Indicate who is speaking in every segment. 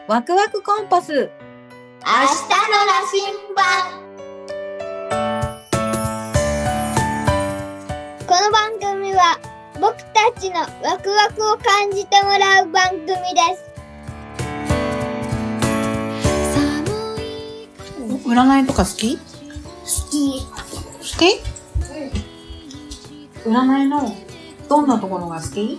Speaker 1: ワクワクコンパス。
Speaker 2: 明日の羅針盤。この番組は僕たちのワクワクを感じてもらう番組です。
Speaker 1: 占いとか好き？
Speaker 2: 好き。
Speaker 1: 好き？占いのどんなところが好き？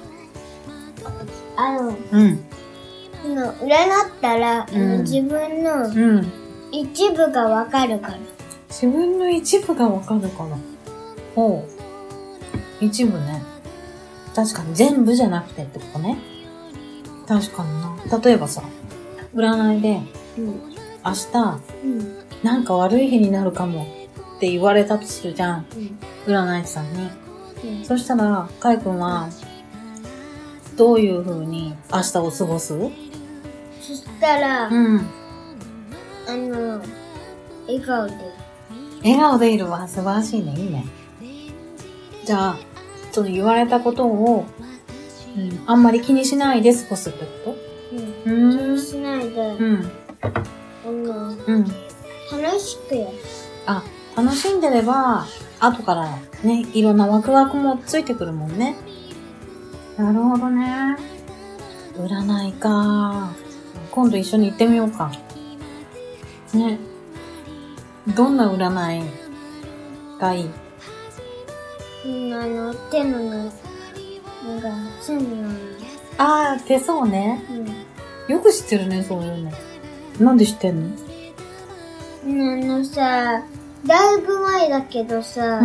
Speaker 2: 占ったら、自分の一部がわかるから。
Speaker 1: 自分の一部がわかるから。ほう。一部ね。確かに全部じゃなくてってことね。確かにな。例えばさ、占いで、明日、なんか悪い日になるかもって言われたとするじゃん。占い師さんに。そしたら、かいくんは、どういう風に明日を過ごす？
Speaker 2: そしたら、笑顔で。
Speaker 1: 笑顔でいるわ。素晴らしいね。いいね。じゃあ、その言われたことを、あんまり気にしないで過ごすってこと？
Speaker 2: 気にしないで、楽しくやる。
Speaker 1: 楽しんでれば、後からね、いろんなワクワクもついてくるもんね。なるほどね。占いか。今度一緒に行ってみようか。ね。どんな占いがいい？
Speaker 2: 手のなんか、線の。
Speaker 1: 手相ね。よく知ってるね、そういうの。なんで知ってんの？
Speaker 2: だいぶ前だけどさ、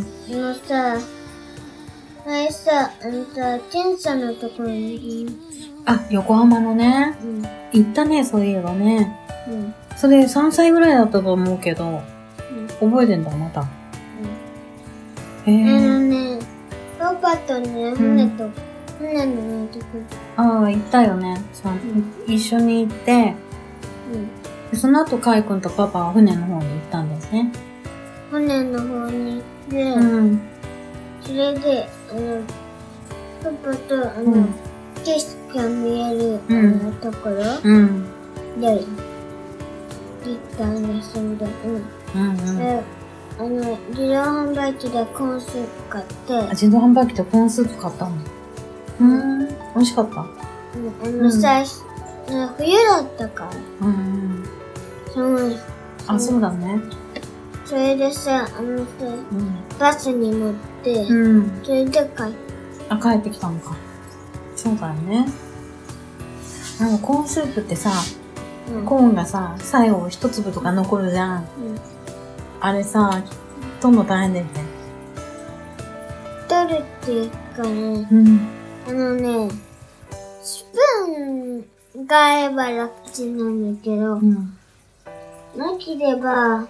Speaker 2: 前さ、検査のところに。
Speaker 1: 横浜のね。行ったね、そういえばね。それ3歳ぐらいだったと思うけど、覚えてんだ、また。
Speaker 2: パパとね、船のとこ
Speaker 1: ろ。行ったよね。一緒に行って、その後、かいくんとパパは船の方に行ったんですね。
Speaker 2: 船の方に行って、それで、パパと、景色が見える、ところ、で、行ったんですよ。自動販売機でコーンスープ買って。
Speaker 1: 自動販売機でコーンスープ買ったの？美味しかった？
Speaker 2: 冬だったから。寒い。
Speaker 1: そうだね。
Speaker 2: それでさ、バスに乗って、それで帰
Speaker 1: ってきたのか。そうだよね。コーンスープってさ、コーンがさ、最後一粒とか残るじゃん。あれさ、取るの大変だよね。
Speaker 2: 取るっていうかね、スプーンがあれば楽ちんなんだけど、なければ、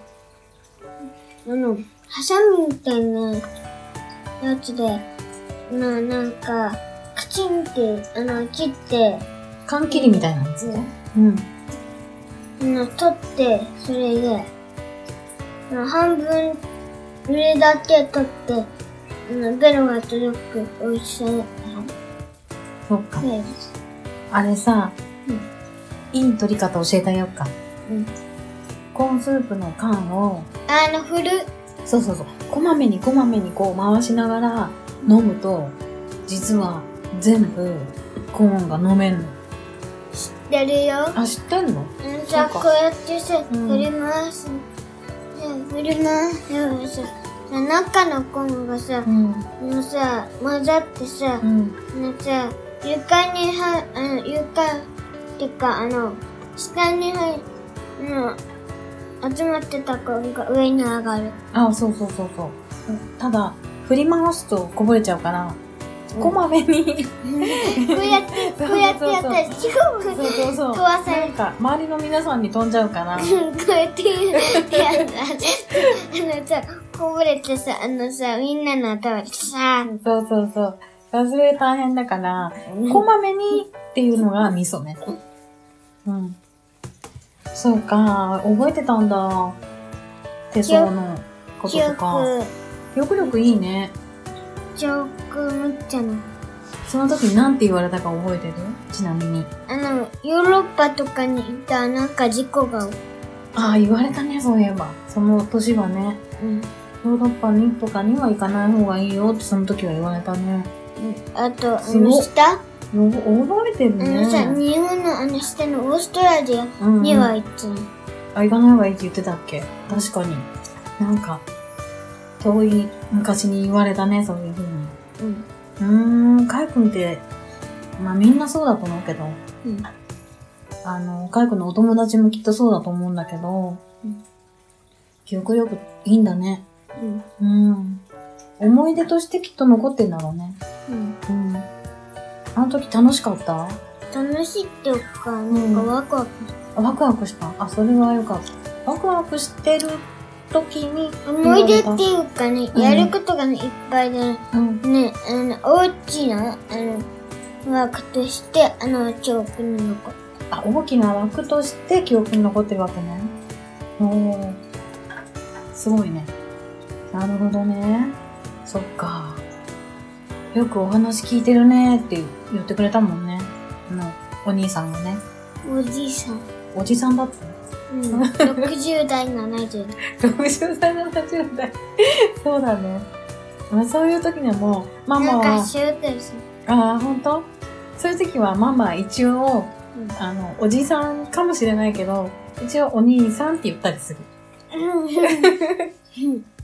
Speaker 2: ハサミみたいなやつで、なんか、カチンって、切って、
Speaker 1: 缶切りみたいなやつね。
Speaker 2: 取って、それで、半分、上だけ取って、ベロが届く美味しさ。
Speaker 1: そっか。あれさ、いい取り方教えてあげようか。コーンスープの缶を、
Speaker 2: 振る。
Speaker 1: そう。こまめにこう回しながら飲むと、実は全部コーンが飲めんの。
Speaker 2: 知ってるよ。
Speaker 1: 知ってんの？
Speaker 2: こうやってさ、振り回す。中のコーンがさ、混ざってさ、床ってか、下に集まってたコーンが上に上がる。
Speaker 1: そう。ただ、振り回すとこぼれちゃうから、こまめに。こ
Speaker 2: うやってやったら、飛ばされる。
Speaker 1: 周りの皆さんに飛んじゃうから。
Speaker 2: こうやってこぼれてさ、みんなの頭でさ。
Speaker 1: そう。それ大変だから、こまめにっていうのがミソね。そうか、覚えてたんだ。手相のこととか。記憶力いいね。
Speaker 2: 記憶むっちゃの。
Speaker 1: その時に何て言われたか覚えてる？ちなみに。
Speaker 2: ヨーロッパとかに行ったらなんか事故が。
Speaker 1: ああ、言われたね、そういえば。その年はね。
Speaker 2: うん。
Speaker 1: ヨーロッパにとかには行かない方がいいよってその時は言われたね。
Speaker 2: うん。あと、
Speaker 1: すごい
Speaker 2: 下？
Speaker 1: 覚えてるね。
Speaker 2: 日本の下のオーストラリアには行ってない。
Speaker 1: あ、行かない方がいいって言ってたっけ？確かに。なんか、遠い昔に言われたね、そういう風に。カイ君って、まあみんなそうだと思うけど、
Speaker 2: うん。
Speaker 1: カイ君のお友達もきっとそうだと思うんだけど、
Speaker 2: うん、
Speaker 1: 記憶力いいんだね。
Speaker 2: うん。
Speaker 1: うん。思い出としてきっと残ってんだろうね。
Speaker 2: うん。
Speaker 1: うん。あの時楽しかった？
Speaker 2: 楽しいっていうか、なんかワクワクした。
Speaker 1: ワクワクした。あ、それはよかった。ワクワクしてる時に。
Speaker 2: 思い出っていうかね、やることがね、いっぱいで、ね、大きな、枠として、記憶に残る。
Speaker 1: あ、大きな枠として記憶に残ってるわけね。おー。すごいね。なるほどね。そっか。よくお話聞いてるねって言ってくれたもんね。お兄さんがね。
Speaker 2: おじいさん。
Speaker 1: おじさんだったの
Speaker 2: 60代、70
Speaker 1: 代。60代、70代。そうだね。そういう時にも、ママは。
Speaker 2: なんかシュートする。
Speaker 1: ああ、ほんと？そういう時はママ一応、おじさんかもしれないけど、一応お兄さんって言ったりする。